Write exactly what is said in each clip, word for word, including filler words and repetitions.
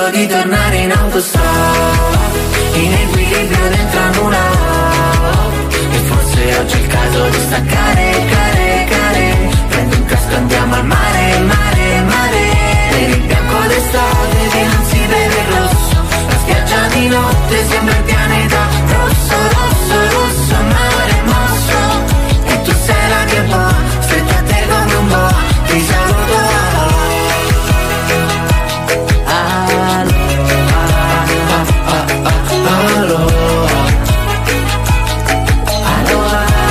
posto di tornare in autostop, in equilibrio dentro una O. E forse oggi è il caso di staccare, care, care. Prendi un casco, andiamo al mare, mare, mare. Per il bianco d'estate che non si vede il rosso, la spiaggia di notte sembra il pianeta rosso, rosso, rosso, mare mosso. E tu sei la che boa, stretta a te come un boa. Ti saluto, alo, alo, alo,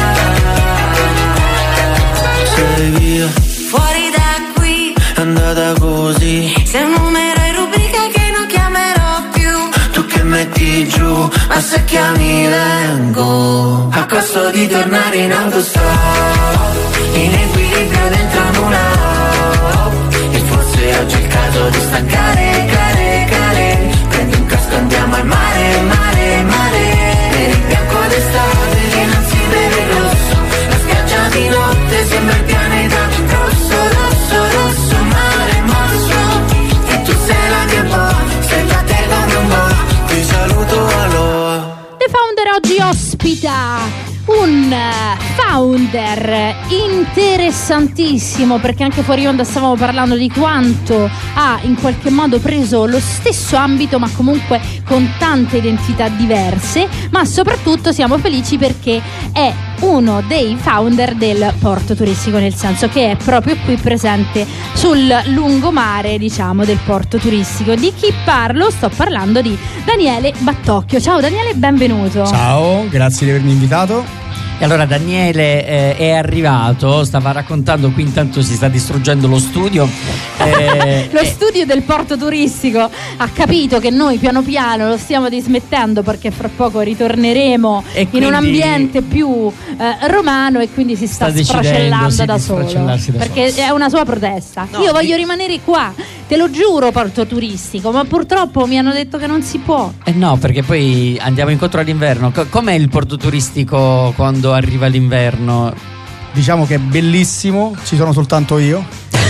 sei via, fuori da qui, è andata così. sei un numero in rubrica che non chiamerò più. Tu che metti giù, ma se chiami vengo. A costo di tornare in autostop, in equilibrio dentro una O. E forse oggi è il caso di staccare, care, care. Prendi un casco, andiamo al mare, mare, mare. Per il bianco d'estate che non si vede il rosso, la spiaggia di notte sembra il pianeta rosso, rosso, rosso, mare mosso. E tu sei la mia boa, stretta a te come un boa. Ti saluto, aloha. The Founder oggi ospita un founder interessantissimo, perché anche fuori onda stavamo parlando di quanto ha in qualche modo preso lo stesso ambito ma comunque con tante identità diverse, ma soprattutto siamo felici perché è uno dei founder del porto turistico, nel senso che è proprio qui presente sul lungomare, diciamo, del porto turistico. Di chi parlo? Sto parlando di Daniele Battocchio. Ciao Daniele, benvenuto. Ciao, grazie di avermi invitato. E allora Daniele eh, è arrivato, stava raccontando, qui intanto si sta distruggendo lo studio. Eh, lo studio del porto turistico ha capito che noi piano piano lo stiamo dismettendo perché fra poco ritorneremo in un ambiente più eh, romano e quindi si sta, sta sfracellando da solo, da perché solo. È una sua protesta. No, io voglio rimanere qua, te lo giuro, porto turistico, ma purtroppo mi hanno detto che non si può. Eh no, perché poi andiamo incontro all'inverno. C- com'è il porto turistico quando arriva l'inverno? Diciamo che è bellissimo, ci sono soltanto io.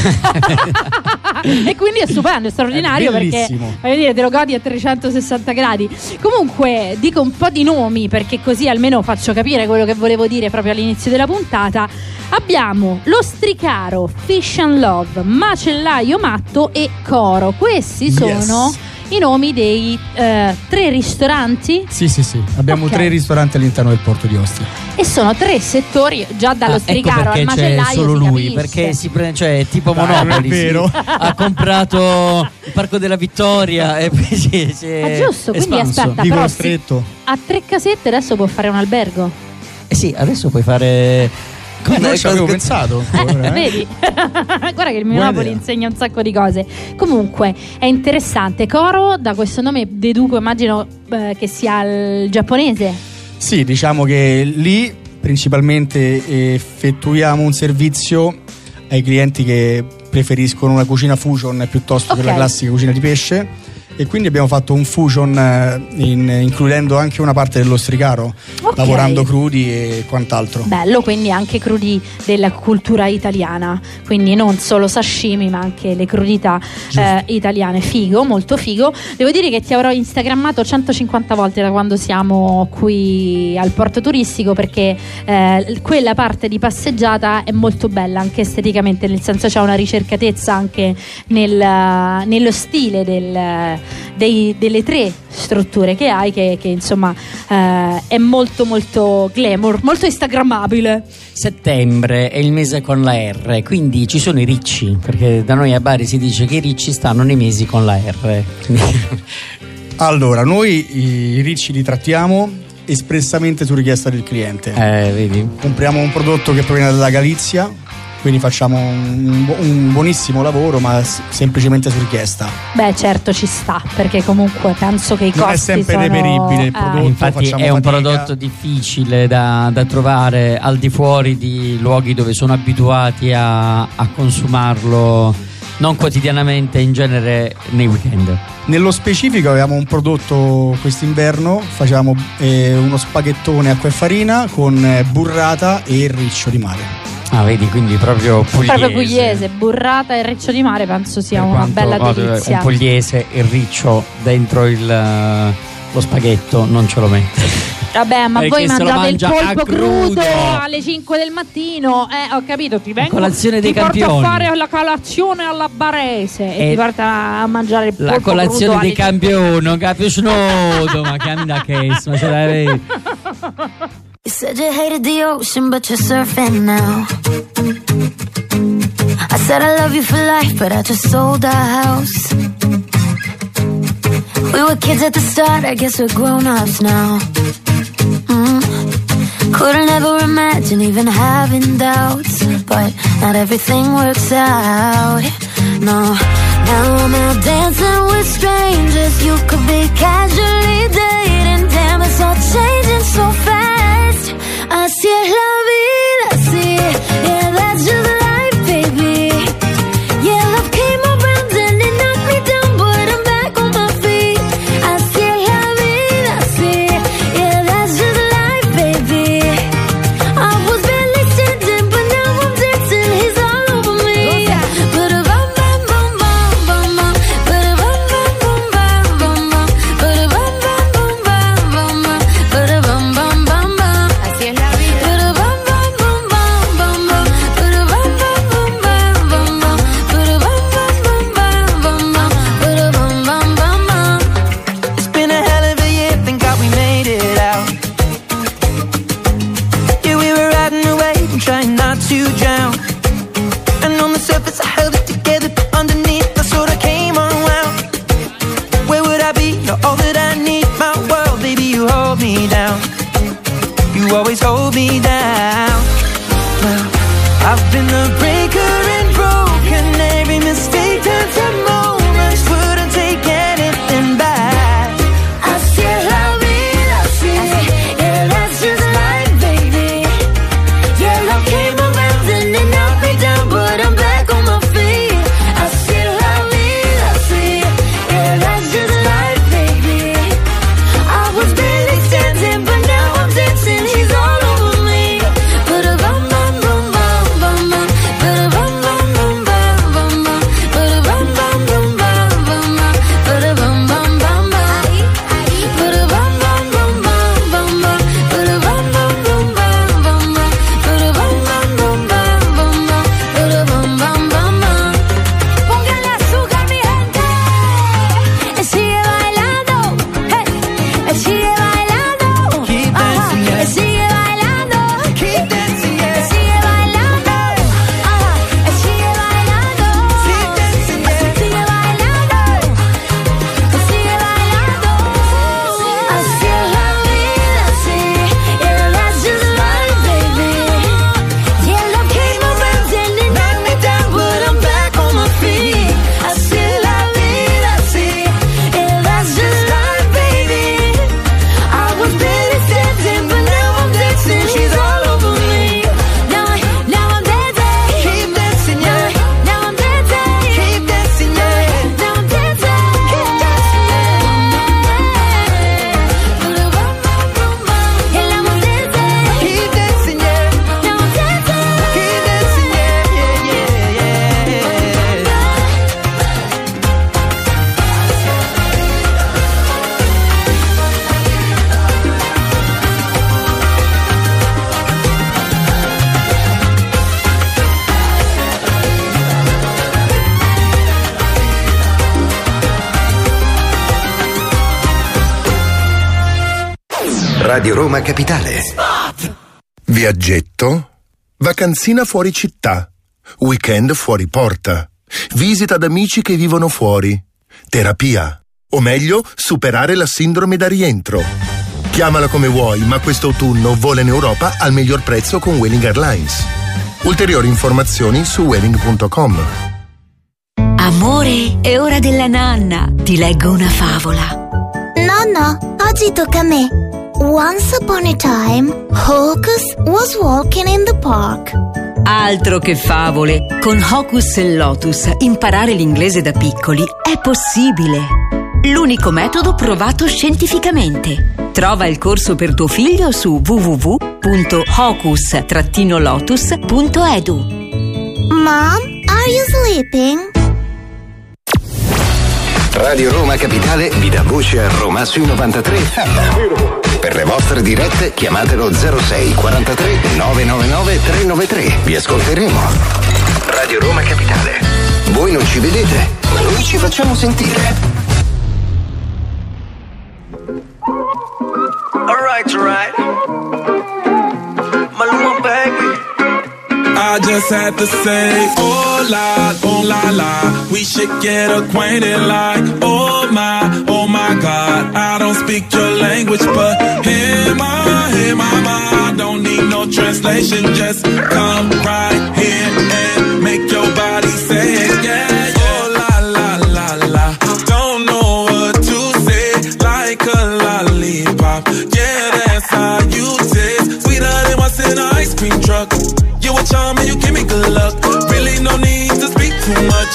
E quindi è stupendo, è straordinario, è perché voglio dire, te lo godi a trecentosessanta gradi. Comunque dico un po' di nomi perché così almeno faccio capire quello che volevo dire proprio all'inizio della puntata. Abbiamo L'Ostricaro, Fish and Love, Macellaio Matto e Coro. Questi sono yes. i nomi dei eh, tre ristoranti? Sì, sì, sì. Abbiamo okay. tre ristoranti all'interno del porto di Ostia. E sono tre settori, già dall'Ostricaro ah, ecco al Macellaio. C'è solo si lui, capisce. perché si prende, cioè tipo Dai, Monopoli. Non è vero. Sì. Ha comprato il Parco della Vittoria e poi si, si è ah, giusto, quindi espanso. aspetta, Dico però stretto. a tre casette adesso può fare un albergo. Eh sì, adesso puoi fare. Eh, non ci avevo pensato ancora, eh, eh. Vedi? Guarda che il mio Napoli insegna un sacco di cose. Comunque è interessante. Coro, da questo nome deduco, immagino eh, che sia il giapponese. Sì, diciamo che lì principalmente effettuiamo un servizio ai clienti che preferiscono una cucina fusion piuttosto okay. che la classica cucina di pesce. E quindi abbiamo fatto un fusion in, includendo anche una parte dell'ostricaro, okay. lavorando crudi e quant'altro. Bello, quindi anche crudi della cultura italiana, quindi non solo sashimi ma anche le crudità eh, italiane. Figo, molto figo. Devo dire che ti avrò instagrammato centocinquanta volte da quando siamo qui al porto turistico, perché eh, quella parte di passeggiata è molto bella anche esteticamente, nel senso c'è una ricercatezza anche nel, nello stile del Dei, delle tre strutture che hai, che, che insomma eh, è molto molto glamour, molto instagrammabile. Settembre è il mese con la R, quindi ci sono i ricci, perché da noi a Bari si dice che i ricci stanno nei mesi con la R. Allora, noi i ricci li trattiamo espressamente su richiesta del cliente. Eh, vedi? Compriamo un prodotto che proviene dalla Galizia, quindi facciamo un, un buonissimo lavoro, ma s- semplicemente su richiesta. Beh, certo, ci sta, perché comunque penso che i non costi è sempre sono... reperibile il prodotto. Eh. Infatti è un fatica. prodotto difficile da, da trovare al di fuori di luoghi dove sono abituati a, a consumarlo, non quotidianamente, in genere nei weekend. Nello specifico avevamo un prodotto quest'inverno, facevamo eh, uno spaghettone acqua e farina con eh, burrata e riccio di mare. Ah, vedi, quindi proprio pugliese. Proprio pugliese, burrata e riccio di mare penso sia Per una quanto, bella oh, delizia. un pugliese e riccio dentro il, lo spaghetto non ce lo mette. Vabbè, ma Perché voi se lo mangiate il mangia polpo a crudo. crudo alle cinque del mattino. Eh, ho capito, ti vengo. colazione dei ti porto campioni. a fare la colazione alla barese e, E ti porta a mangiare il polpo La colazione crudo dei alle campioni, non capisci nudo, ma che da che ma ce l'avevi. You said you hated the ocean, but you're surfing now. I said I love you for life, but I just sold our house. We were kids at the start, I guess we're grown-ups now. Mm. Couldn't ever imagine even having doubts, but not everything works out. No, now I'm out dancing with strangers. You could be casually dating. Damn, it's all changing so fast. Así es la vida, sí. Yeah, that's just life, baby. Yeah, love came around and it knocked me down, but I'm back on my feet. Así es la vida, sí. Yeah, that's just life, baby. I was barely standing, but now I'm dancing. He's all over me. Ba-da-bum, bum, bum, bum, bum, bum. Ba-da-bum, bum, bum, bum, bum, bum. Ba-da-bum, bum, bum, bum, bum, bum. Ba-da-bum, bum, bum, bum. Así es la vida. Ba-da-bum, bum, bum, bum, bum, bum. Ba-da-bum, bum, bum, bum, bum, bum. Ba-da-bum, bum, bum, bum, bum, bum. Ba-da-bum, bum, bum, bum. It's been a hell of a year, thank God we made it out. Yeah, we were riding away and trying not to drown. And on the surface I held it together, but underneath I sort of came unwound. Where would I be? You're all that I need, my world, baby, you hold me down. You always hold me down. Well, I've been the breaker and broken. Every mistake turns to moments. Wouldn't take anything back. Así es la vida, sí. Yeah, that's just life, baby. Yeah, love came around and it knocked me down, but I'm back on my feet. Así es la vida, sí. Yeah, that's just life, baby. I was barely standing, but now I'm dancing. He's all over me. Ba-da-bum, bum, bum, bum, bum, bum. Ba-da-bum, bum, bum, bum, bum, bum. Ba-da-bum, bum, bum, bum, bum, bum. Ba-da-bum, bum, bum, bum. Ba-da-bum, bum, bum, bum, bum, bum. Ba-da-bum, bum, bum, bum, bum, bum. Ba-da-bum, bum, bum, bum, bum, bum. Ba-da-bum, bum, bum, bum. Póngale azúcar, mi gente. Y sigue bailando. Hey. Y sigue bailando. Keep dancing, yeah. Y sigue bailando. Keep dancing, yeah. Y sigue bailando. Ajá. Y sigue bailando. Keep dancing, yeah. Sigue bailando. Y sigue bailando. Así es la vida, sí. Yeah, that's just life, baby. Yeah, love came around and it knocked me down, but I'm back on my feet. Así es la vida, sí. Yeah, that's just life, baby. I was barely standing, but now I'm dancing. She's all over me. Now, I, now I'm dancing. Keep dancing, yeah. Now I'm dancing. Keep dancing, yeah. Now I'm dancing. Keep dancing, yeah. Ba-da-bum, bum, bum, bum. And now I'm dancing. Keep dancing, yeah. Now I'm dancing. Keep dancing, yeah, yeah, yeah, yeah. Radio Roma Capitale. Viaggetto? Vacanzina fuori città. Weekend fuori porta. Visita ad amici che vivono fuori. Terapia. O meglio, superare la sindrome da rientro. Chiamala come vuoi, ma quest'autunno vola in Europa al miglior prezzo con Vueling Airlines. Ulteriori informazioni su vueling punto com. Amore, è ora della nanna. Ti leggo una favola. Nonna, oggi tocca a me. Once upon a time, Hocus was walking in the park. Altro che favole. Con Hocus e Lotus imparare l'inglese da piccoli è possibile. L'unico metodo provato scientificamente. Trova il corso per tuo figlio su w w w punto hocus lotus punto e d u. Mom, are you sleeping? Radio Roma Capitale vi dà voce a Roma sui novantatré. Per le vostre dirette chiamatelo zero sei quarantatré nove nove nove tre nove tre. Vi ascolteremo. Radio Roma Capitale. Voi non ci vedete, ma noi ci facciamo sentire. Alright, alright. Maluma, baby. I just had to say, oh la, oh la la, we should get acquainted like, oh my, oh my God, I don't speak your language, but hey ma, hey mama, I don't need no translation, just come right here and make your body say it, yeah, yeah. Oh la la la la, don't know what to say, like a lollipop, yeah, that's how you taste, sweeter than what's in an ice cream truck. You a charm and you give me good luck. Really no need to speak too much.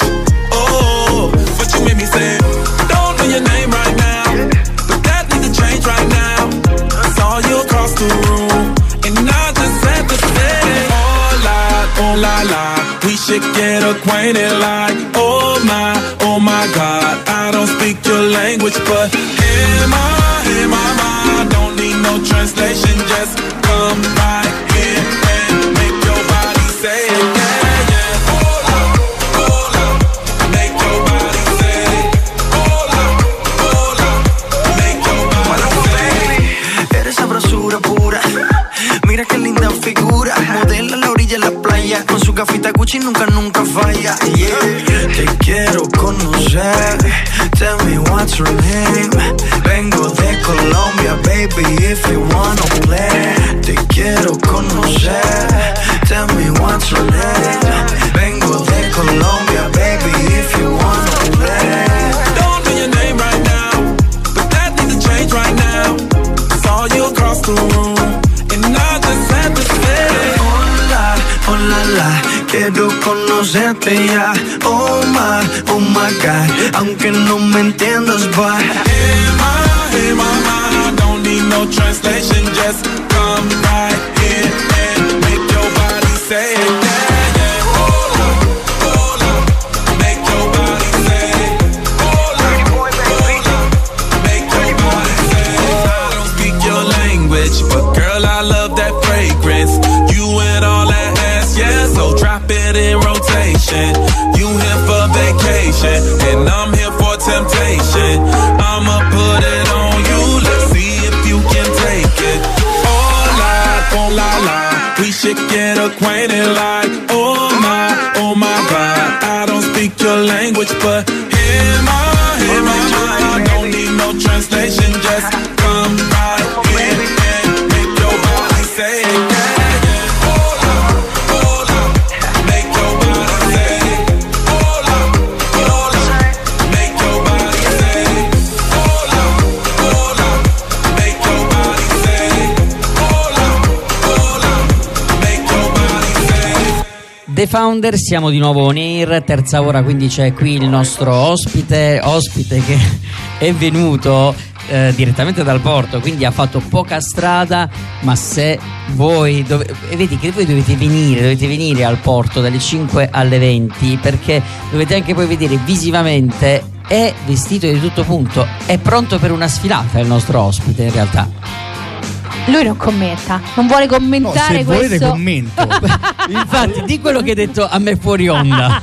Oh, but you made me say, don't know your name right now, but that need to change right now. I saw you across the room, and I just had to say, oh la, oh la la, we should get acquainted like, oh my, oh my God, I don't speak your language, but hey ma, hey mama, I don't need no translation, just come right here and make your body say it, yeah, yeah. Hola, hola, make your body say it. Hola, hola, make your body say it. Eres sabrosura pura, mira qué linda figura, modela a la orilla de la playa, con su gafita Gucci nunca, nunca falla, yeah. Te quiero conocer, tell me what's your name, vengo de Colombia, baby, if you wanna play. Te quiero conocer, tell me what's your name, vengo de Colombia, baby, if you wanna play. Don't know your name right now, but that needs to change right now. Saw you across the room, and I just had to say, hola, hola la, quiero conocerte ya. Oh my, oh my God, aunque no me entiendas, but hey ma, hey mama, I don't need no translation, just come right here and make your body say it, yeah, yeah. Hola, hola, make your body say it. Hola, hola, make your body say it. I don't speak your language, but girl, I love that fragrance. You and all that ass, yeah, so drop it in rotation. You here for vacation, and I'm here for temptation. I'ma put it on you, let's see if you can take it. Oh la, oh la la, we should get acquainted like, oh my, oh my God, I don't speak your language, but hey ma, hey mama, I don't need no translation, just come right here and make your body say it, yeah, yeah. Hola, hola, make your body say it. Hola, hola, make your body say it. Hola, hola, make your body say it. Hola, hola, make your body say it. The Founder, siamo di nuovo on air, terza ora, quindi c'è qui il nostro ospite, ospite che è venuto eh, direttamente dal porto, quindi ha fatto poca strada, ma se voi dove, vedi che voi dovete venire, dovete venire al porto dalle cinque alle venti, perché dovete anche poi vedere visivamente, è vestito di tutto punto, è pronto per una sfilata il nostro ospite in realtà. Lui non commenta, non vuole commentare no, se questo. volete commento. Infatti, di quello che hai detto a me fuori onda.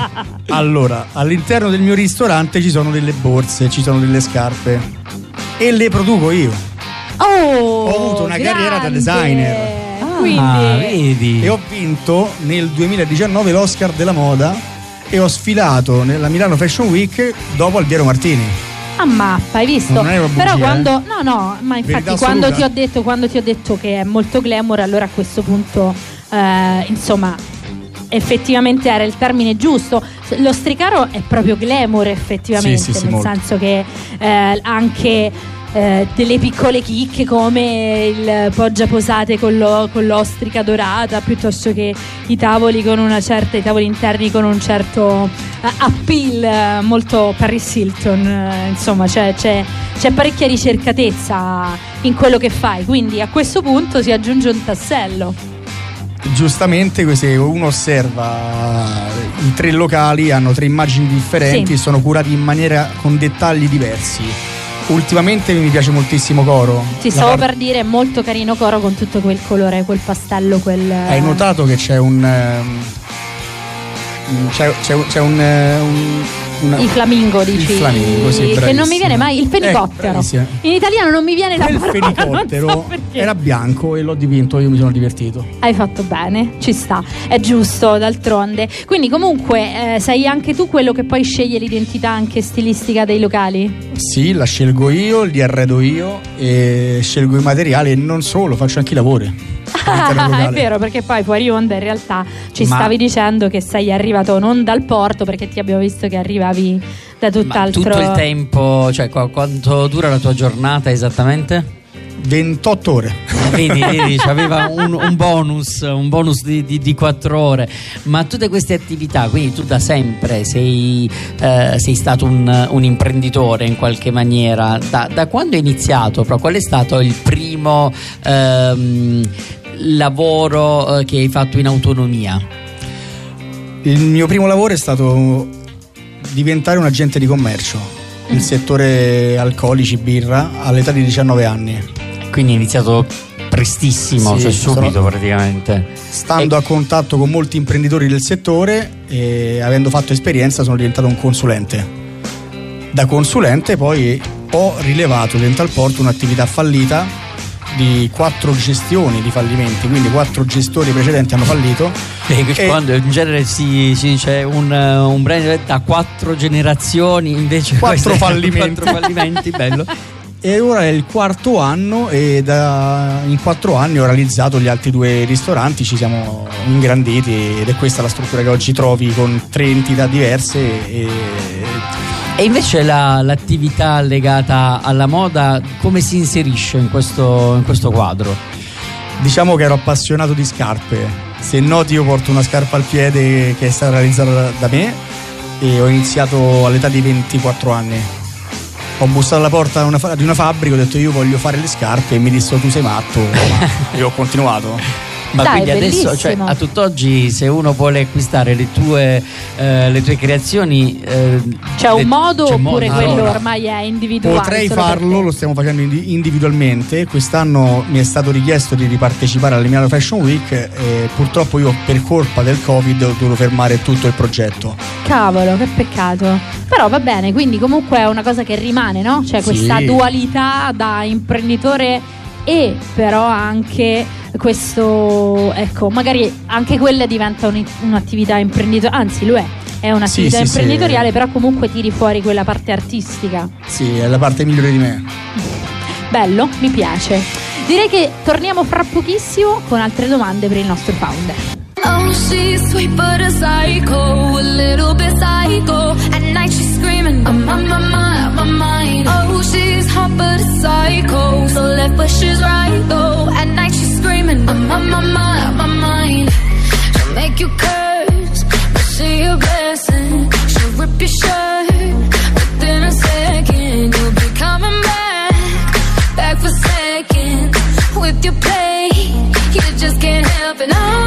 Allora, all'interno del mio ristorante ci sono delle borse, ci sono delle scarpe e le produco io. Oh, ho avuto una grande. carriera da designer. Ah, Quindi vedi. E ho vinto nel duemiladiciannove l'Oscar della moda e ho sfilato nella Milano Fashion Week dopo Albiero Martini. a mappa, hai visto? Non è una bugia, Però quando eh? no no, ma infatti Verità quando assoluta. ti ho detto quando ti ho detto che è molto glamour, allora a questo punto eh, insomma effettivamente era il termine giusto. Lo stricaro è proprio glamour effettivamente, sì, sì, sì, nel molto. senso che eh, anche eh, delle piccole chicche come il poggia posate con, lo, con l'ostrica dorata, piuttosto che i tavoli con una certa i tavoli interni con un certo appeal molto Paris Hilton, insomma c'è, c'è, c'è parecchia ricercatezza in quello che fai, quindi a questo punto si aggiunge un tassello. Giustamente, se uno osserva i tre locali hanno tre immagini differenti, sì. Sono curati in maniera con dettagli diversi. Ultimamente mi piace moltissimo Coro. Ti stavo par- per dire, è molto carino Coro con tutto quel colore, quel pastello, quel... Hai notato che c'è un... C'è, c'è, c'è un, un una, il flamingo, dici? Il flamingo, sì, che non mi viene mai, il fenicottero. Eh, in italiano non mi viene la Quel parola. Il fenicottero so era bianco e l'ho dipinto, io mi sono divertito. Hai fatto bene, ci sta, è giusto d'altronde. Quindi comunque eh, sei anche tu quello che poi sceglie l'identità anche stilistica dei locali? Sì, la scelgo io, li arredo io e scelgo i materiali e non solo, faccio anche i lavori. Ah, è vero, perché poi fuori onda in realtà ci Ma... stavi dicendo che sei arrivato non dal porto, perché ti abbiamo visto che arrivavi da tutt'altro. Ma tutto il tempo, cioè qu- quanto dura la tua giornata esattamente? ventotto ore. Vedi, vedi, aveva un, un bonus, un bonus di, di, di quattro ore. Ma tutte queste attività, quindi tu da sempre sei, eh, sei stato un, un imprenditore in qualche maniera. Da, da quando hai iniziato? Però, qual è stato il primo ehm, lavoro eh, che hai fatto in autonomia? Il mio primo lavoro è stato diventare un agente di commercio nel settore alcolici, birra, all'età di diciannove anni. Quindi hai iniziato prestissimo, sì, cioè subito sono, praticamente. Stando e... a contatto con molti imprenditori del settore e avendo fatto esperienza sono diventato un consulente. Da consulente poi ho rilevato dentro al porto un'attività fallita di quattro gestioni di fallimenti, quindi quattro gestori precedenti hanno fallito. E, e quando in genere si, si dice un, un brand da quattro generazioni, invece quattro fallimenti. quattro fallimenti, bello. E ora è il quarto anno e da, in quattro anni ho realizzato gli altri due ristoranti, ci siamo ingranditi ed è questa la struttura che oggi trovi con tre entità diverse. E, e invece la, l'attività legata alla moda come si inserisce in questo, in questo quadro? Diciamo che ero appassionato di scarpe, se noti io porto una scarpa al piede che è stata realizzata da, da me e ho iniziato all'età di ventiquattro anni. Ho bussato alla porta una fa- di una fabbrica, ho detto io voglio fare le scarpe e mi dissero tu sei matto e ho continuato. Ma Dai, quindi adesso, cioè, a tutt'oggi, se uno vuole acquistare le tue, eh, le tue creazioni, eh, c'è un le, modo c'è oppure modo. quello Allora, ormai è individuale? Potrei farlo, lo stiamo facendo individualmente. Quest'anno mi è stato richiesto di ripartecipare alla Milano Fashion Week e purtroppo io per colpa del Covid ho dovuto fermare tutto il progetto. Cavolo, che peccato. Però va bene, quindi comunque è una cosa che rimane, no? Cioè questa sì. dualità da imprenditore e però anche questo, ecco, magari anche quella diventa un, un'attività imprenditoriale, anzi lo è, è un'attività sì, sì, imprenditoriale, sì. Però comunque tiri fuori quella parte artistica. Sì, è la parte migliore di me. Bello, mi piace. Direi che torniamo fra pochissimo con altre domande per il nostro founder. Oh, she's sweet but a psycho, a little bit psycho. At night she's screaming, I'm on my mind, my mind. Oh, she's hot but a psycho, so left but she's right though. At night she's screaming, I'm on my mind, my mind. She'll make you curse, but she a blessing. She'll rip your shirt within a second. You'll be coming back, back for seconds. With your play, you just can't help it, no.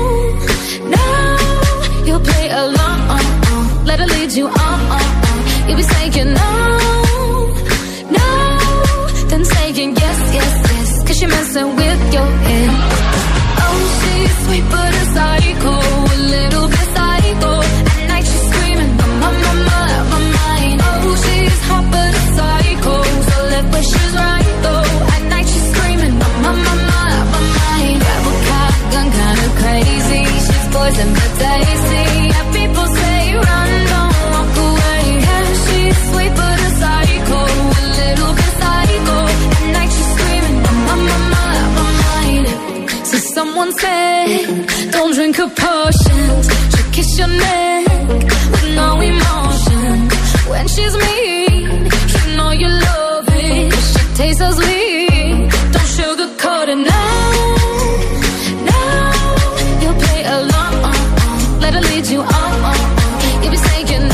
No, you'll play along, let her lead you on. You'll be saying no, no, then saying yes, yes, yes, cause you're messing with your head. Oh, she's sweet but a psycho, a little bit psycho. At night she's screaming, I'm on my mind, my mind. Oh, she's hot but a psycho, so left but she's right though. At night she's screaming, I'm on my mind, my mind. Grab a cock, gun kinda crazy. She's poison but tasty. Yeah, people say run, don't walk away. Yeah, she's sweet but a psycho, a little bit psycho. At night she's screaming, I'm on my mind, my mind. So someone said, don't drink her potions. She'll kiss your neck with no emotion. When she's mean, you know you love it. She tastes so sweet, don't sugarcoat it, no. No, you'll play along, let her lead you on. You'll be saying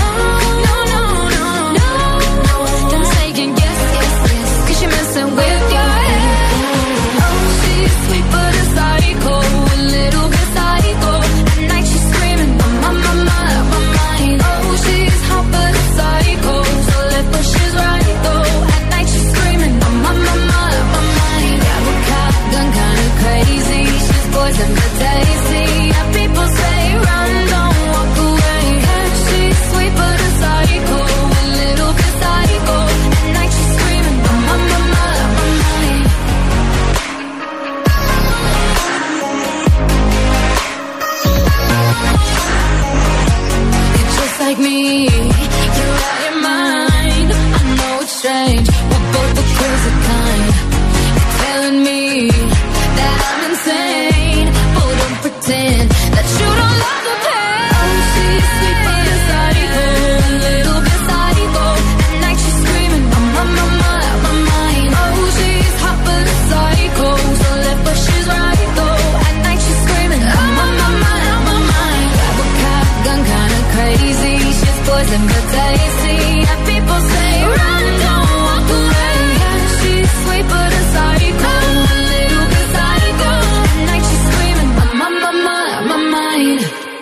me. You're out your mind. I know it's strange. We're both the crazy kind. You're telling me that I'm insane. Oh, don't pretend that you don't love the pain. Oh, she's sweet but a psycho, a little bit psycho. At night she's screaming, I'm on my mind, my mind. Oh, she's hot but a psycho, so left but she's right though. At night she's screaming, I'm on my mind, on my mind. Grab a cop gun, kinda crazy. She's poison but tasty. And people say, run, don't walk away. Yeah, she's sweet but a psycho, a little bit psycho. At night she's screaming, I'm on my mind, my mind.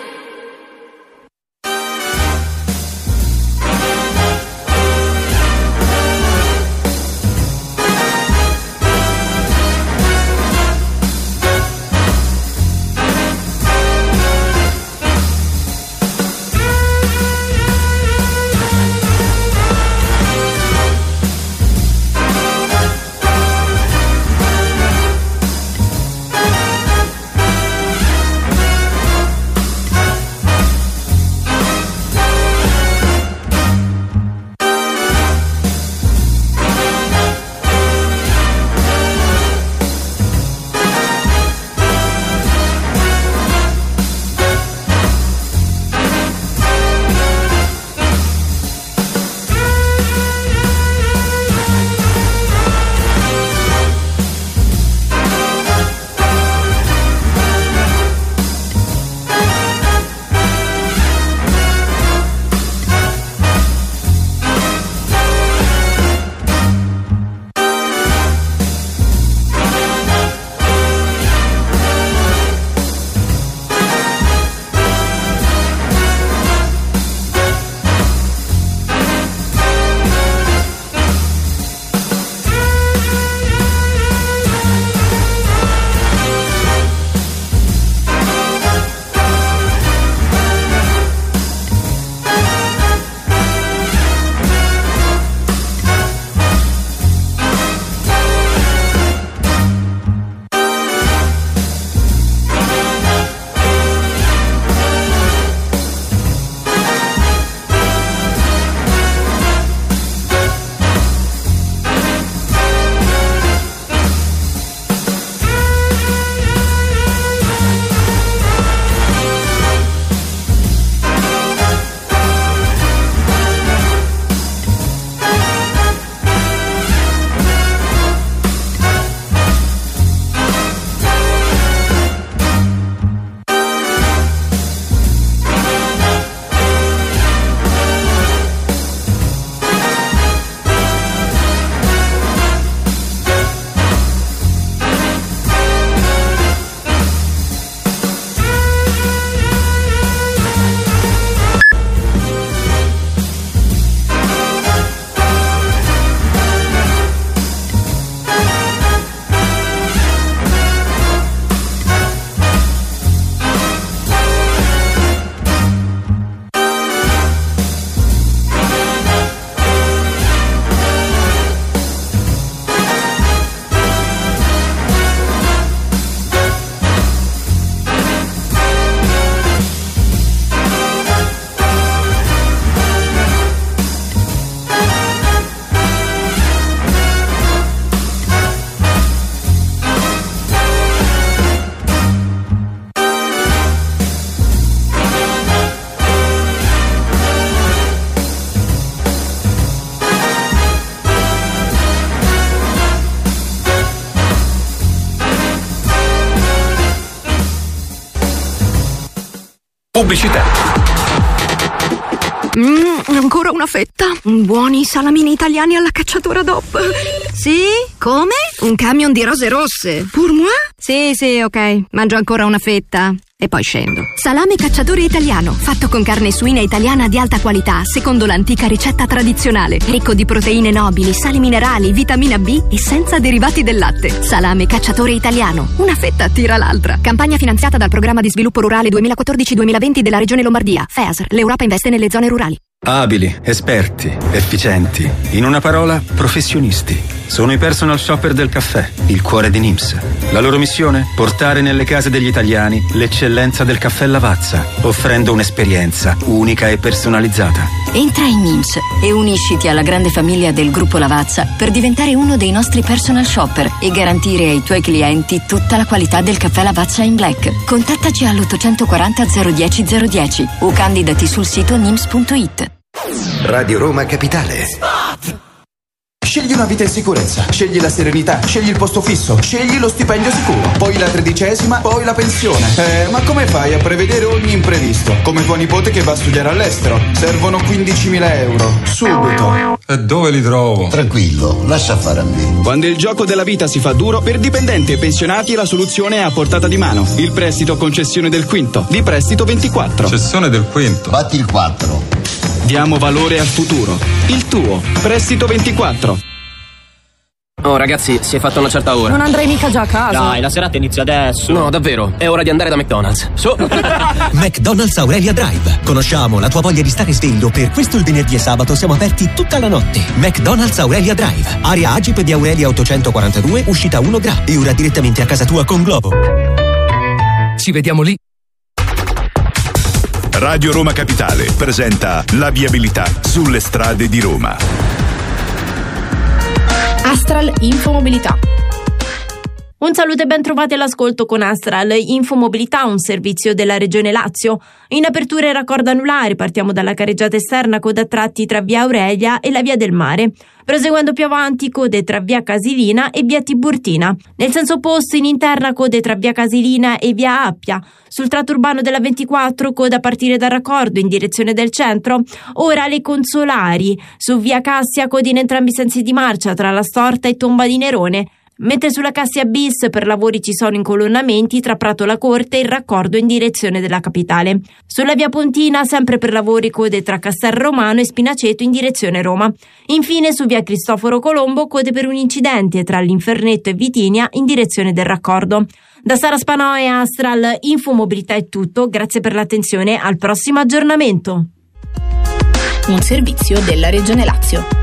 Pubblicità. Mm, ancora una fetta. Buoni salamini italiani alla cacciatora D O P. Sì? Come? Un camion di rose rosse. Pour moi? Sì, sì, ok. Mangio ancora una fetta e poi scendo. Salame cacciatore italiano, fatto con carne suina italiana di alta qualità, secondo l'antica ricetta tradizionale. Ricco di proteine nobili, sali minerali, vitamina B e senza derivati del latte. Salame cacciatore italiano. Una fetta tira l'altra. Campagna finanziata dal programma di sviluppo rurale duemilaquattordici duemilaventi della Regione Lombardia. F E A S R. L'Europa investe nelle zone rurali. Abili, esperti, efficienti, in una parola, professionisti. Sono i personal shopper del caffè, il cuore di N I M S. La loro missione? Portare nelle case degli italiani l'eccellenza del caffè Lavazza, offrendo un'esperienza unica e personalizzata. Entra in N I M S e unisciti alla grande famiglia del gruppo Lavazza per diventare uno dei nostri personal shopper e garantire ai tuoi clienti tutta la qualità del caffè Lavazza in black. Contattaci all'ottocentoquaranta zero dieci zero dieci o candidati sul sito nims punto it. Radio Roma Capitale. Scegli una vita in sicurezza, scegli la serenità, scegli il posto fisso, scegli lo stipendio sicuro, poi la tredicesima, poi la pensione. Eh, ma come fai a prevedere ogni imprevisto? Come tua nipote che va a studiare all'estero. Servono quindicimila euro, subito. E dove li trovo? Tranquillo, lascia fare a me. Quando il gioco della vita si fa duro, per dipendenti e pensionati la soluzione è a portata di mano. Il prestito concessione del quinto, di Prestito ventiquattro. Cessione del quinto. Batti il quattro. Diamo valore al futuro. Il tuo, Prestito ventiquattro. Oh ragazzi, si è fatta una certa ora. Non andrei mica già a casa. Dai, la serata inizia adesso. No, davvero, è ora di andare da McDonald's. Su. McDonald's Aurelia Drive. Conosciamo la tua voglia di stare sveglio, per questo il venerdì e sabato siamo aperti tutta la notte. McDonald's Aurelia Drive. Area Agip di Aurelia ottocentoquarantadue, uscita uno Gra. E ora direttamente a casa tua con Globo. Ci vediamo lì. Radio Roma Capitale presenta la viabilità sulle strade di Roma. Astral Infomobilità. Un saluto e ben trovati all'ascolto con Astral Infomobilità, un servizio della Regione Lazio. In apertura il raccordo anulare, partiamo dalla carreggiata esterna, coda a tratti tra via Aurelia e la via del Mare. Proseguendo più avanti, code tra via Casilina e via Tiburtina. Nel senso opposto, in interna, code tra via Casilina e via Appia. Sul tratto urbano della ventiquattro, coda a partire dal raccordo in direzione del centro. Ora le Consolari. Su via Cassia, code in entrambi i sensi di marcia tra la Storta e Tomba di Nerone. Mentre sulla Cassia bis per lavori ci sono incolonnamenti tra Prato la Corte e il raccordo in direzione della capitale. Sulla via Pontina, sempre per lavori, code tra Castel Romano e Spinaceto in direzione Roma. Infine su via Cristoforo Colombo, code per un incidente tra l'Infernetto e Vitinia in direzione del raccordo. Da Sara Spanò e Astral Infomobilità è tutto, grazie per l'attenzione, al prossimo aggiornamento. Un servizio della Regione Lazio.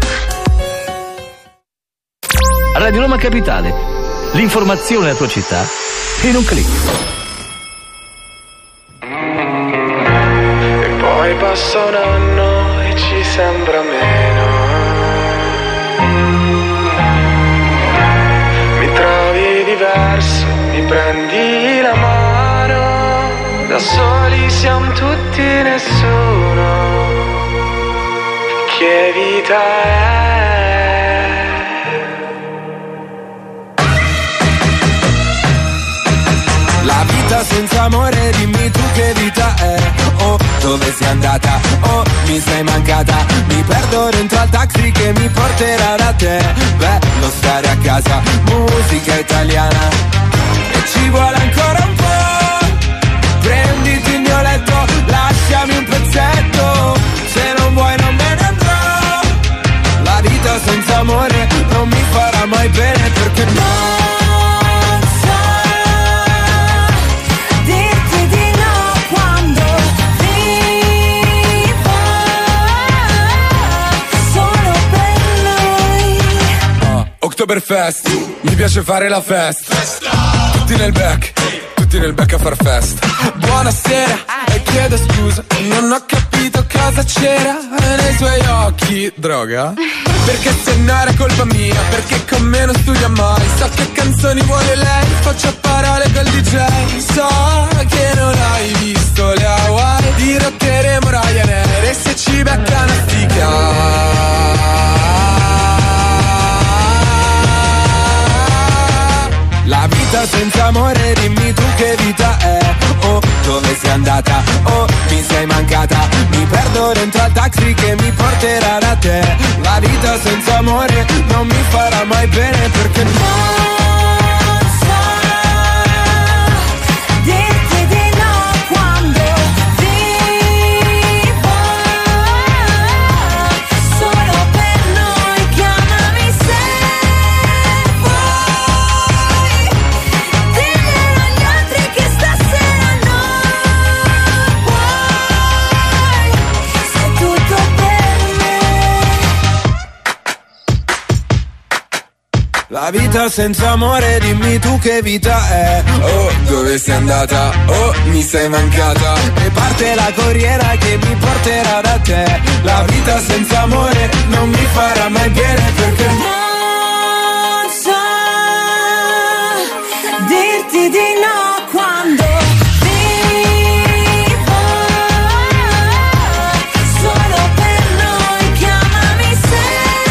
Radio Roma Capitale, l'informazione della tua città in un clic. E poi passa un anno e ci sembra meno. Mi trovi diverso, mi prendi la mano. Da soli siamo tutti nessuno. Che vita è? La vita senza amore, dimmi tu che vita è. Oh, dove sei andata? Oh, mi sei mancata. Mi perdo dentro al taxi che mi porterà da te. Bello stare a casa, musica italiana. E ci vuole ancora un po'. Prenditi il mio letto, lasciami un pezzetto. Se non vuoi non me ne andrò. La vita senza amore non mi farà mai bene, perché no. Oktoberfest, mi piace fare la festa. Tutti nel back, tutti nel back a far festa. Buonasera, e chiedo scusa, non ho capito cosa c'era nei suoi occhi. Droga? Perché se no era colpa mia, perché con me non studia mai. So che canzoni vuole lei, faccio a parole col D J. So che non hai visto le Hawaii, dirotteremo Ryanair e se ci becca una stica. La vita senza amore, dimmi tu che vita è. Oh, dove sei andata? Oh, mi sei mancata. Mi perdo dentro al taxi che mi porterà da te. La vita senza amore non mi farà mai bene, perché no. Tutto bene. La vita senza amore, dimmi tu che vita è. Oh, dove sei andata? Oh, mi sei mancata. E parte la corriera che mi porterà da te. La vita senza amore non mi farà mai bene, perché non so dirti di no quando vivo solo per noi. Chiamami se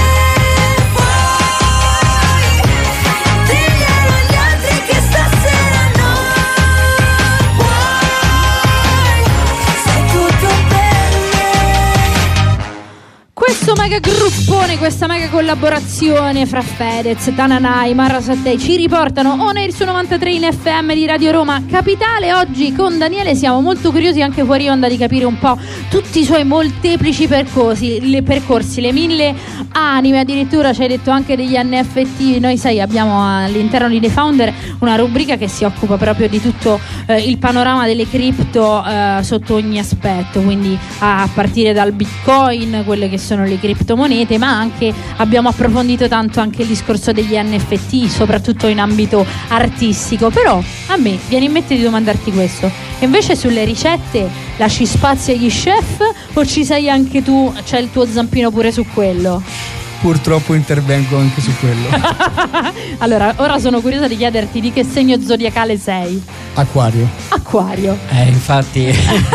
vuoi, diglielo agli altri che stasera non puoi, sei tutto per me. Questo mega gruppone, questa mega collaborazione fra Fedez, Tananai, Marra Sattei ci riportano On Air su novantatré in F M di Radio Roma Capitale. Oggi con Daniele siamo molto curiosi anche fuori onda di capire un po' tutti i suoi molteplici percorsi, le percorsi, le mille anime, addirittura ci hai detto anche degli N F T. Noi sai abbiamo all'interno di The Founder una rubrica che si occupa proprio di tutto eh, il panorama delle cripto eh, sotto ogni aspetto, quindi a partire dal Bitcoin, quelle che sono le criptomonete, ma anche abbiamo approfondito tanto anche il discorso degli N F T, soprattutto in ambito artistico. Però a me viene in mente di domandarti questo: e invece sulle ricette lasci spazio agli chef o ci sei anche tu, c'è il tuo zampino pure su quello? Purtroppo intervengo anche su quello. Allora, ora sono curiosa di chiederti di che segno zodiacale sei. Acquario. Acquario. Eh, infatti.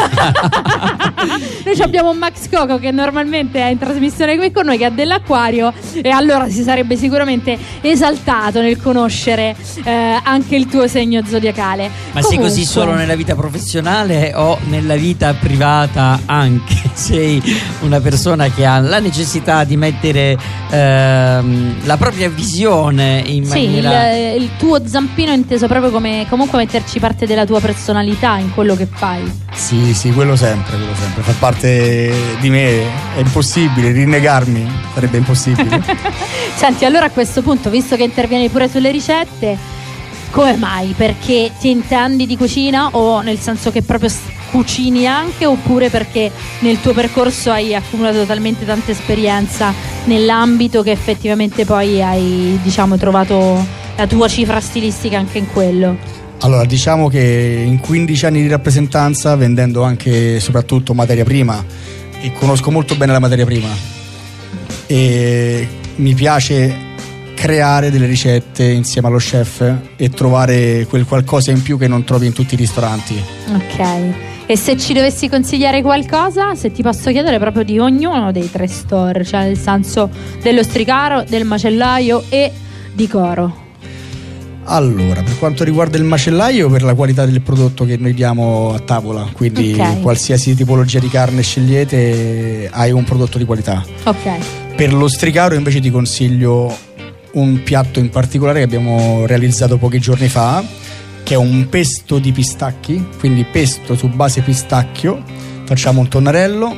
Noi abbiamo Max Coco che normalmente è in trasmissione qui con noi, che è dell'Acquario, e allora si sarebbe sicuramente esaltato nel conoscere eh, anche il tuo segno zodiacale. Ma Comunque, sei così solo nella vita professionale o nella vita privata anche? Sei una persona che ha la necessità di mettere ehm, la propria visione in sì, maniera... il, il tuo zampino è inteso proprio come comunque metterci parte della tua personalità in quello che fai. Sì, sì, quello sempre, quello sempre. Fa parte di me, è impossibile, rinnegarmi sarebbe impossibile. Senti, allora a questo punto, visto che intervieni pure sulle ricette, come mai? Perché ti intendi di cucina, o nel senso che proprio cucini anche, oppure perché nel tuo percorso hai accumulato talmente tanta esperienza nell'ambito che effettivamente poi hai, diciamo, trovato la tua cifra stilistica anche in quello? Allora, diciamo che in quindici anni di rappresentanza, vendendo anche soprattutto materia prima, e conosco molto bene la materia prima, e mi piace creare delle ricette insieme allo chef e trovare quel qualcosa in più che non trovi in tutti i ristoranti. Ok. E se ci dovessi consigliare qualcosa, se ti posso chiedere proprio di ognuno dei tre store, cioè nel senso dello Stricaro, del macellaio e di Coro. Allora, per quanto riguarda il macellaio, per la qualità del prodotto che noi diamo a tavola, quindi okay, qualsiasi tipologia di carne scegliete hai un prodotto di qualità. Ok. Per lo Stricaro invece ti consiglio un piatto in particolare che abbiamo realizzato pochi giorni fa, che è un pesto di pistacchi, quindi pesto su base pistacchio. Facciamo un tonnarello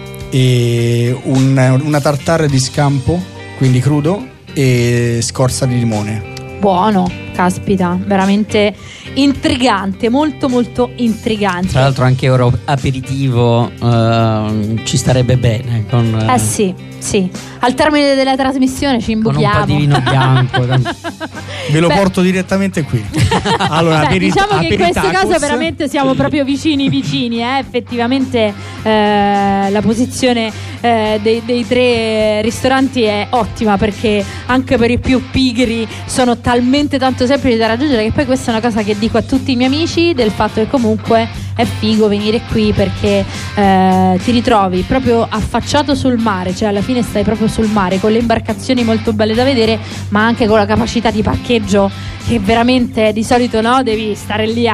e un, una tartare di scampo, quindi crudo, e scorza di limone. Buono, caspita, veramente intrigante, molto molto intrigante. Tra l'altro anche ora aperitivo uh, ci starebbe bene con, uh, eh sì, sì. Al termine della trasmissione ci imbuchiamo con un po' di vino bianco. Ve lo Beh. porto direttamente qui. Allora, Beh, perit- diciamo che in questo caso veramente siamo proprio vicini vicini, eh? Effettivamente eh, la posizione eh, dei, dei tre ristoranti è ottima, perché anche per i più pigri sono talmente tanto semplici da raggiungere, che poi questa è una cosa che dico a tutti i miei amici, del fatto che comunque è figo venire qui, perché eh, ti ritrovi proprio affacciato sul mare, cioè alla fine stai proprio sul mare, con le imbarcazioni molto belle da vedere, ma anche con la capacità di parcheggio che veramente di solito no, devi stare lì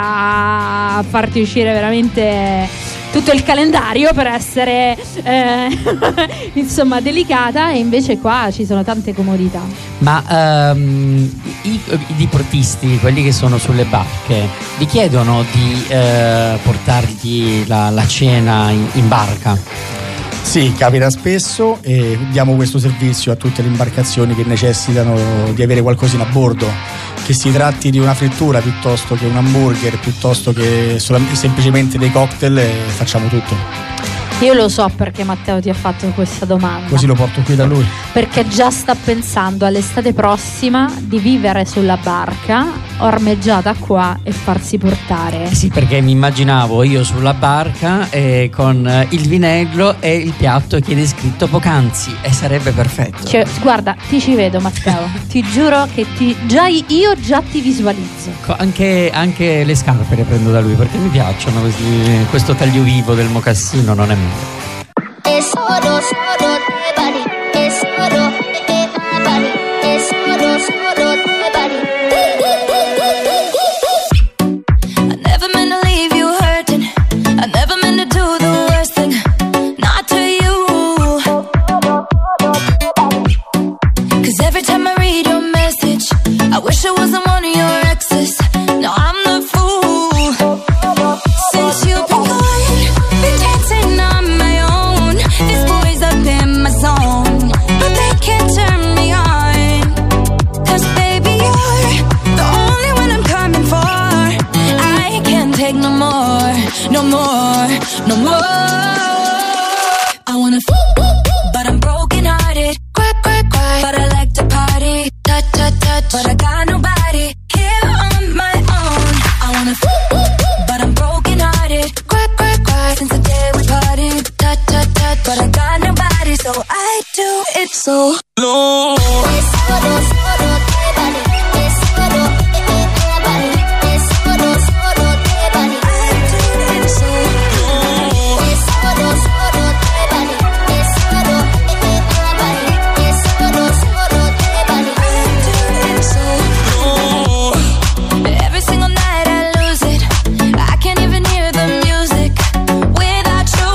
a farti uscire veramente tutto il calendario per essere eh, insomma delicata, e invece qua ci sono tante comodità. Ma um, i, i diportisti, quelli che sono sulle barche, vi chiedono di eh, portargli la, la cena in, in barca? Sì, capita spesso, e diamo questo servizio a tutte le imbarcazioni che necessitano di avere qualcosina a bordo, che si tratti di una frittura piuttosto che un hamburger, piuttosto che semplicemente dei cocktail, e facciamo tutto. Io lo so perché Matteo ti ha fatto questa domanda. Così lo porto qui da lui. Perché già sta pensando all'estate prossima di vivere sulla barca ormeggiata qua e farsi portare. Sì, perché mi immaginavo io sulla barca eh, con il vinello e il piatto che hai descritto poc'anzi, e sarebbe perfetto. Cioè, guarda, ti ci vedo Matteo, ti giuro che ti, già io già ti visualizzo. Anche, anche le scarpe le prendo da lui perché mi piacciono questi, questo taglio vivo del mocassino non è male. Es solo, solo te body. Es solo, eh, my body. Es solo, solo te body. I never meant to leave you hurting. I never meant to do the worst thing. Not to you. 'Cause every time I read your message, I wish I wasn't one of your exes. No, I'm the fool. Since you've been gone, been dancing on my own. This boy's up in my zone, but they can't turn me on. 'Cause baby, you're the only one I'm coming for. I can't take no more, no more, no more. I wanna f- but I'm broken hearted. Cry, cry, cry, but I like to party. Touch, touch, touch, but I got nobody here on my own. I wanna f- but I'm broken hearted. Cry, cry, cry, since the day we parted. Touch, touch, touch, but I got nobody, so I do it so low. Es solo, solo te body. Es solo, eh, eh, eh, body. Es solo, solo te body. I do it so low. Es solo, solo te body. Es solo, eh, eh, eh, body. Es solo, solo te body. I do it so low. Every single night I lose it. I can't even hear the music without you.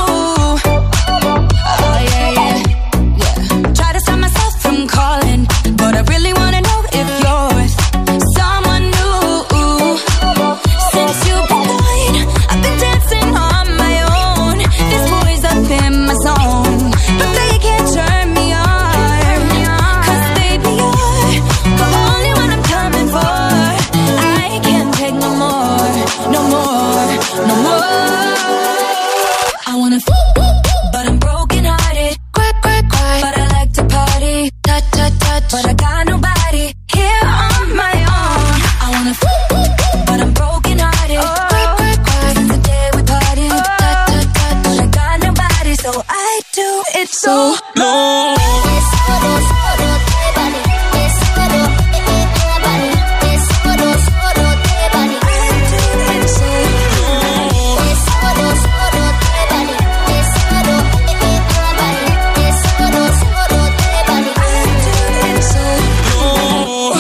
Oh yeah, yeah, yeah. Try to stop myself from calling, but I really wanna know if you're with someone new. Since you've been gone, I've been dancing on my own. This boy's up in my zone, but they can't turn me on. 'Cause baby, you're the only one I'm coming for. I can't take no more, no more, no more. I wanna f- but I'm broken hearted. Cry, cry, cry, but I like to party. Touch, touch, touch, but I got nobody here on my own. I wanna f- but I'm broken hearted. Cry, cry, cry, since the day we parted. Touch, touch, touch, but I got nobody, so I do it so low. Es solo, solo te body. Es solo, eh, eh, eh, body. Es solo, solo te body. I do it so low. Es solo, solo te body. Es solo, eh, eh, eh, body. Es solo, solo te body. I do it so low.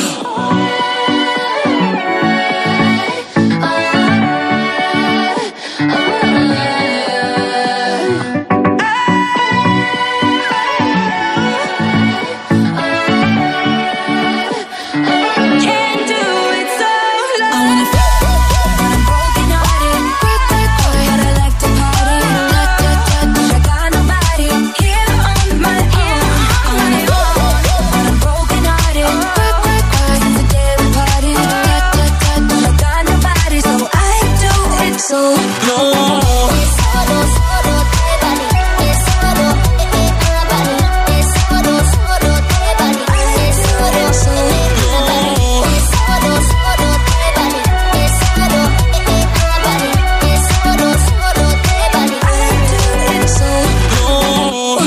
Can't do it so low. I wanna f- but I'm broken hearted. Cry, cry, cry, but I like to party. Touch, touch, touch, but I got nobody here on my own. I wanna f- but I'm broken hearted. Cry, cry, cry, since the day we parted. Touch, touch, touch, but I got nobody, so I do it so low. Es solo, solo te body. Es solo, eh, eh, eh, body. Es solo, solo te body. Es solo, solo te body. Es solo, solo te body. Es solo, eh, eh, eh, body. Es solo, solo te body. I do it so low.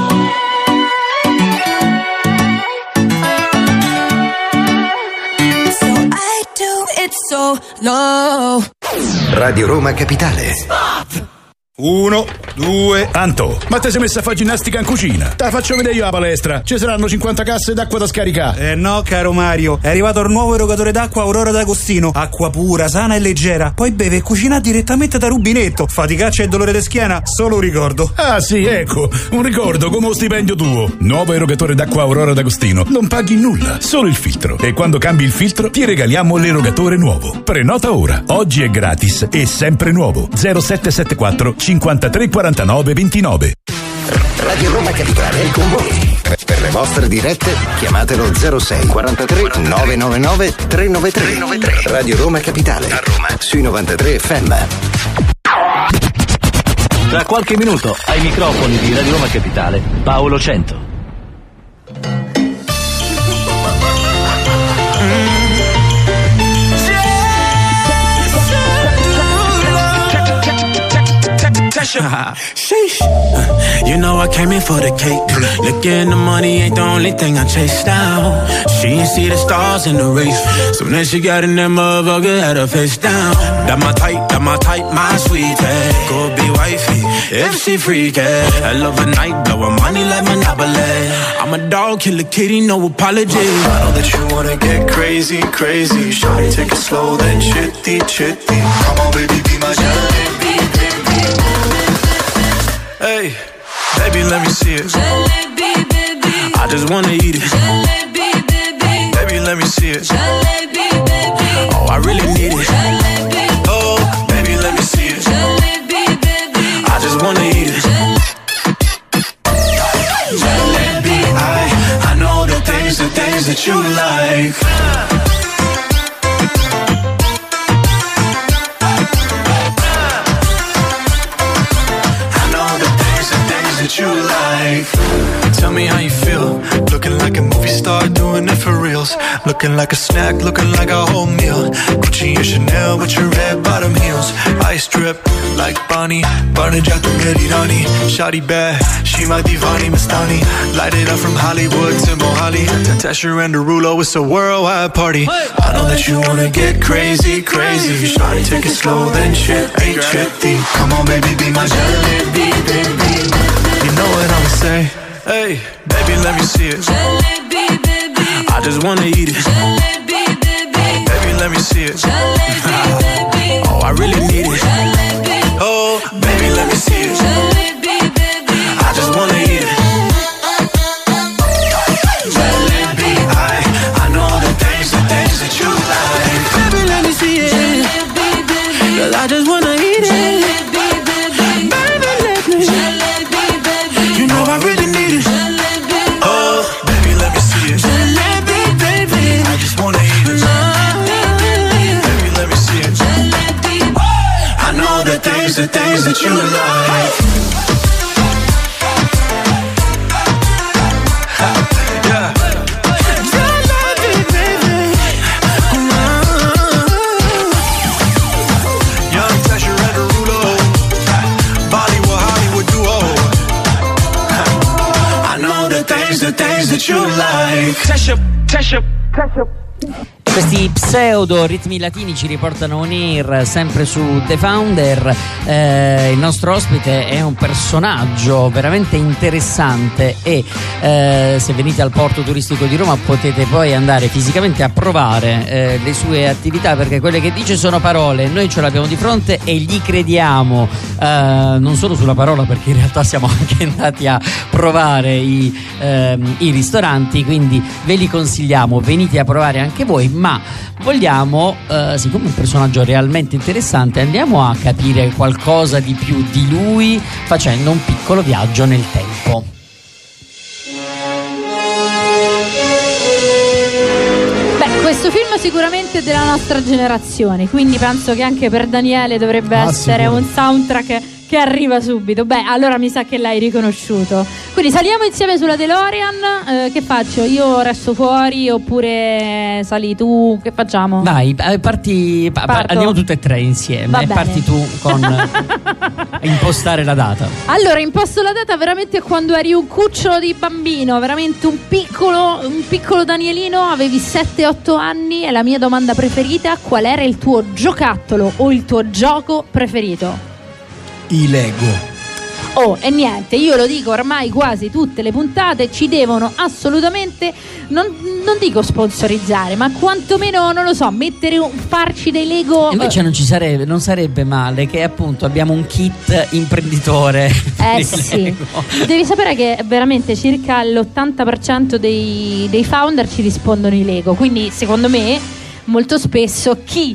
So I do it so low. Radio Roma Capitale. Uno, due. Anto, ma te sei messa a fare ginnastica in cucina? Te la faccio vedere io alla palestra. Ci saranno cinquanta casse d'acqua da scaricare. Eh no, caro Mario, è arrivato il nuovo erogatore d'acqua Aurora D'Agostino. Acqua pura, sana e leggera. Poi beve e cucina direttamente da rubinetto. Faticaccia e dolore di schiena, solo un ricordo. Ah sì, ecco, un ricordo come lo stipendio tuo. Nuovo erogatore d'acqua Aurora D'Agostino. Non paghi nulla, solo il filtro. E quando cambi il filtro ti regaliamo l'erogatore nuovo. Prenota ora. Oggi è gratis e sempre nuovo. zero sette sette quattro cinquantatré quarantanove ventinove. Radio Roma Capitale è con voi. Per le vostre dirette chiamatelo zero sei quarantatré novecentonovantanove trecentonovantatré. Radio Roma Capitale. A Roma sui novantatré F M. Tra qualche minuto ai microfoni di Radio Roma Capitale, Paolo Cento. Sheesh. You know I came in for the cake. Looking the money ain't the only thing I chase down. She ain't see the stars in the race. Soon as she got in that motherfucker, had her face down. That my type, that my type, my sweetie. Go be wifey, if she freaky. I love a night, blowin' money like Monopoly. I'm a dog, kill a kitty, no apology. I know that you wanna get crazy, crazy. Shawty, take it slow, then chitty, chitty. Come on, baby, be my jalebi, baby. Hey, baby, let me see it. Jalebi, baby. I just wanna eat it. Jalebi, baby. Baby, let me see it. Jalebi, baby. Oh, I really need it. Jalebi. Oh, baby, let me see it. Jalebi, baby. I just wanna eat it. Jalebi, I, I know the things, the things that you like. That you like. Tell me how you feel. Looking like a movie star, doing it for reals. Looking like a snack, looking like a whole meal. Gucci and Chanel with your red bottom heels. Ice drip like Bonnie, Barnagata Merirani. Shawty bad, she my divani Mastani. Light it up from Hollywood to Mohali. Tesher and Derulo, it's a worldwide party. I know that you wanna get crazy, crazy. Shawty, take it slow, then chitty, chitty. Come on, baby, be my jalebi, baby. You know what I'ma say? Hey, baby, let me see it. Jalebi, baby. I just wanna eat it. Jalebi, baby. Baby, let me see it. Jalebi, baby. Oh, I really need it. Jalebi. Oh, baby, let me see it. Jalebi, baby. I just wanna eat it. Jalebi, I, I know the things, the things that you like. Baby, let me see it. Jalebi, baby. Girl, I just wanna eat it. Jalebi, baby. Baby, let me. Jalebi. You know I really need it. Jalebi. Oh, baby, let me see it. Jalebi, baby. I just wanna eat it. Baby, let me see it. Jalebi. I know the things, the things that you like. Yeah. Jalebi, baby. Young Tesher and Derulo. Bollywood, Hollywood duo. The things, the things that you like. Tesha, Tesha, Tesha. Questi pseudo ritmi latini ci riportano on air sempre su The Founder. Eh, il nostro ospite è un personaggio veramente interessante e eh, se venite al porto turistico di Roma potete poi andare fisicamente a provare eh, le sue attività, perché quelle che dice sono parole, noi ce l'abbiamo di fronte e gli crediamo, eh, non solo sulla parola, perché in realtà siamo anche andati a provare i, ehm, i ristoranti, quindi ve li consigliamo, venite a provare anche voi. Ma vogliamo, eh, siccome è un personaggio realmente interessante, andiamo a capire qualcosa di più di lui facendo un piccolo viaggio nel tempo. Beh, questo film sicuramente è della nostra generazione, quindi penso che anche per Daniele dovrebbe ah, essere sicuro. Un soundtrack che arriva subito. Beh, allora mi sa che l'hai riconosciuto. Quindi saliamo insieme sulla DeLorean. Eh, che faccio? Io resto fuori oppure sali tu? Che facciamo? Vai, parti, pa- andiamo tutte e tre insieme. Parti tu con impostare la data. Allora, imposto la data veramente quando eri un cucciolo di bambino, veramente un piccolo, un piccolo Danielino, avevi sette otto anni, e la mia domanda preferita: qual era il tuo giocattolo o il tuo gioco preferito? I Lego. Oh, e niente, io lo dico ormai quasi tutte le puntate, ci devono assolutamente, non, non dico sponsorizzare, ma quantomeno, non lo so, mettere un, farci dei Lego. Invece non ci sarebbe, non sarebbe male che appunto abbiamo un kit imprenditore. Eh sì, Lego. Devi sapere che veramente circa l'ottanta per cento dei, dei founder ci rispondono i Lego, quindi secondo me molto spesso chi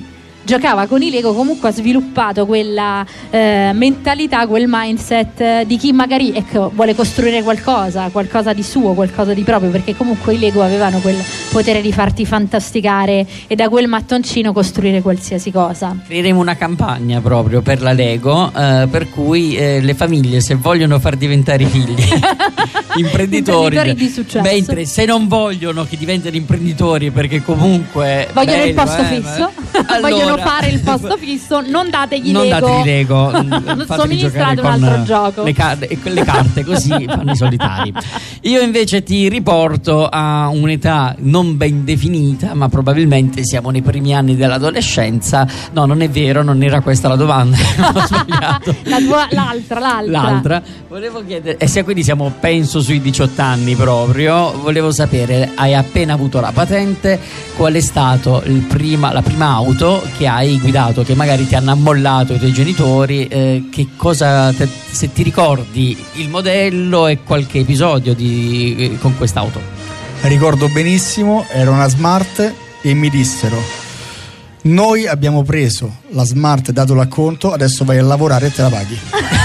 giocava con i Lego, comunque ha sviluppato quella eh, mentalità, quel mindset eh, di chi magari ecco, vuole costruire qualcosa, qualcosa di suo, qualcosa di proprio, perché comunque i Lego avevano quel potere di farti fantasticare e da quel mattoncino costruire qualsiasi cosa. Creeremo una campagna proprio per la Lego, eh, per cui eh, le famiglie, se vogliono far diventare i figli imprenditori, imprenditori di successo, mentre se non vogliono che diventino imprenditori perché comunque vogliono bello, il posto eh, fisso, allora, vogliono fare il posto fisso, non dategli non Lego, dategli Lego, somministrate un altro gioco, le, ca- le carte, così fanno i solitari. Io invece ti riporto a un'età non ben definita, ma probabilmente siamo nei primi anni dell'adolescenza. No, non è vero, non era questa la domanda, ho sbagliato. La tua, l'altra, l'altra. L'altra. Volevo chiedere, e se quindi siamo penso sui diciotto anni proprio, volevo sapere, hai appena avuto la patente, qual è stato il prima, la prima auto che hai guidato, che magari ti hanno ammollato i tuoi genitori, eh, che cosa te, se ti ricordi il modello e qualche episodio di, eh, con quest'auto? Ricordo benissimo, era una Smart e mi dissero: noi abbiamo preso la Smart, dato l'acconto, adesso vai a lavorare e te la paghi.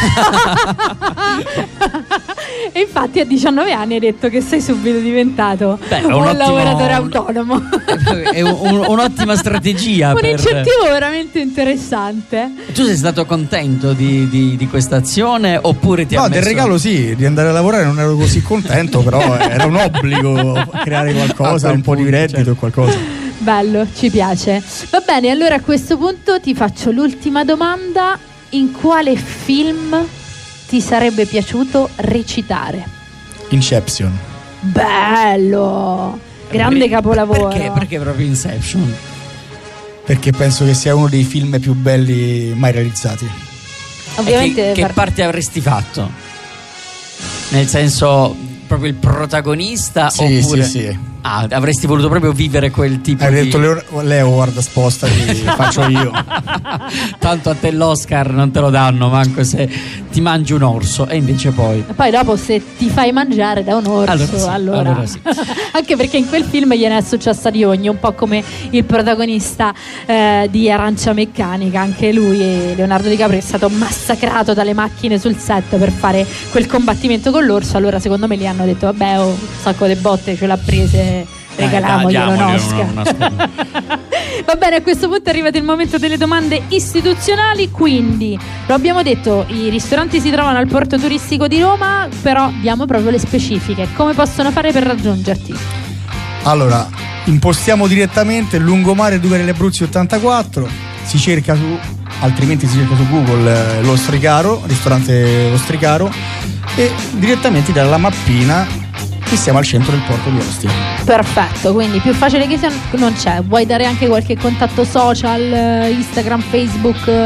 E infatti a diciannove anni hai detto che sei subito diventato Beh, un, un ottimo, lavoratore autonomo. È un, un, un'ottima strategia. Un per... incentivo veramente interessante. Tu sei stato contento di, di, di questa azione oppure ti no, ha messo... del regalo sì, di andare a lavorare non ero così contento, però era un obbligo creare qualcosa, un po' di reddito, certo, qualcosa. Bello, ci piace. Va bene, allora a questo punto ti faccio l'ultima domanda: in quale film ti sarebbe piaciuto recitare? Inception. Bello, grande capolavoro. Perché? Perché proprio Inception? Perché penso che sia uno dei film più belli mai realizzati. Ovviamente. Che, che parte avresti fatto? Nel senso, proprio il protagonista? Sì, oppure... sì, sì. Ah, avresti voluto proprio vivere quel tipo Hai di... detto Leo, Leo guarda, spostati, faccio io. Tanto a te l'Oscar non te lo danno manco se ti mangi un orso, e invece poi e poi dopo se ti fai mangiare da un orso, allora sì, allora, allora sì. Anche perché in quel film gliene è successa di ogni, un po' come il protagonista eh, di Arancia Meccanica. Anche lui, Leonardo DiCaprio, è stato massacrato dalle macchine sul set per fare quel combattimento con l'orso. Allora secondo me gli hanno detto vabbè, oh, un sacco di botte ce l'ha prese, regalamoglielo un Oscar. Va bene, a questo punto è arrivato il momento delle domande istituzionali. Quindi lo abbiamo detto, i ristoranti si trovano al porto turistico di Roma, però diamo proprio le specifiche. Come possono fare per raggiungerti? Allora, impostiamo direttamente Lungomare Duca delle Abruzzi ottantaquattro, si cerca su, altrimenti si cerca su Google eh, l'Ostricaro, ristorante Ostricaro, e direttamente dalla mappina che siamo al centro del porto di Ostia. Perfetto, quindi più facile che sia non c'è. Vuoi dare anche qualche contatto social, Instagram, Facebook?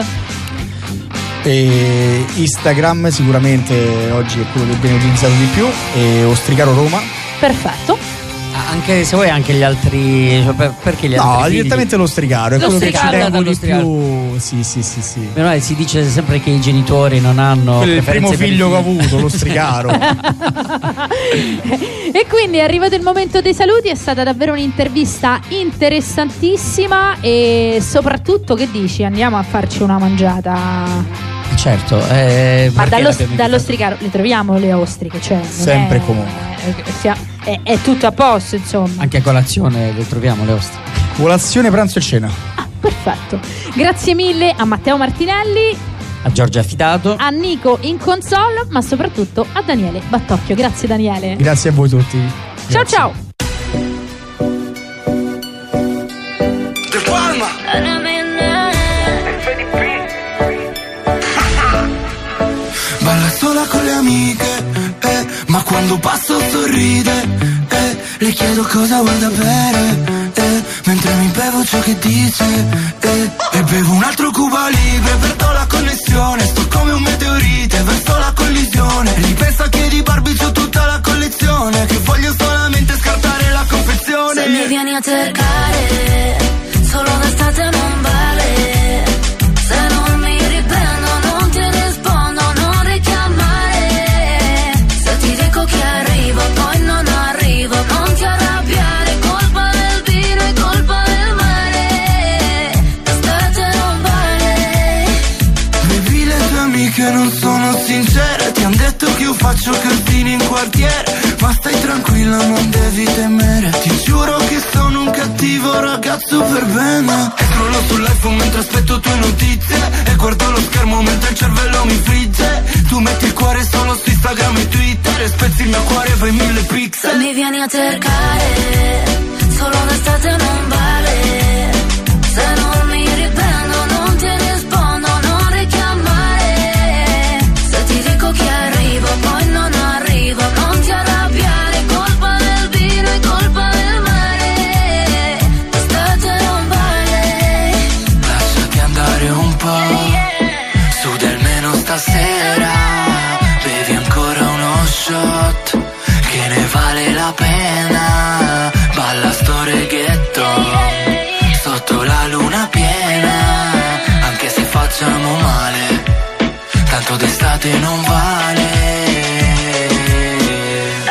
E Instagram sicuramente oggi è quello che viene utilizzato di più, e Ostricaro Roma. Perfetto. Anche se vuoi anche gli altri, cioè per, perché gli no, altri figli? direttamente l'Ostricaro è quello che ci tengo di più. Sì, sì, sì, sì. Però eh, si dice sempre che i genitori non hanno quello è il primo figlio che ho avuto, l'Ostricaro. E quindi è arrivato il momento dei saluti. È stata davvero un'intervista interessantissima, e soprattutto, che dici, andiamo a farci una mangiata? Certo, eh, ma dallo, dall'Ostricaro le troviamo le ostriche, cioè sempre è, comunque è, è, è tutto a posto, insomma. Anche a colazione le troviamo le ostriche. Colazione, pranzo e cena. Ah, perfetto. Grazie mille a Matteo Martinelli, a Giorgia Affidato, a Nico in console, ma soprattutto a Daniele Battocchio. Grazie Daniele. Grazie a voi tutti. Ciao Grazie. ciao. De Palma. Balla sola con le amiche, eh, ma quando passo sorride, eh, le chiedo cosa vuoi da bere, eh, mentre mi bevo ciò che dice, eh, e bevo un altro Cuba Libre, perdo la connessione, sto come un meteorite, verso la collisione, ripenso che di Barbie c'ho tutta la collezione, che voglio solamente scartare la confezione. Se mi vieni a cercare, solo d'estate non vale, se non mi riprendo non ti rispondo, non richiamare, se ti dico che arrivo poi non arrivo, non ti arrabbiare, colpa del vino e colpa del mare, d'estate faccio casini in quartiere, ma stai tranquilla, non devi temere. Ti giuro che sono un cattivo ragazzo per bene. E scrollo sull'iPhone mentre aspetto tue notizie, e guardo lo schermo mentre il cervello mi frigge. Tu metti il cuore solo su Instagram e Twitter, e spezzi il mio cuore e fai mille pixel. Se mi vieni a cercare, solo un'estate non vale. Se non mi riprendo non ti rispondo, non richiamare. Se ti dico che arrivo poi non arrivo, non ti arrabbiare, colpa del vino e colpa del mare. L'estate non vale. Lasciati andare un po', su del meno stasera. Bevi ancora uno shot, che ne vale la pena. Balla sto reggaeton sotto la luna piena, anche se facciamo male, tanto d'estate non vale.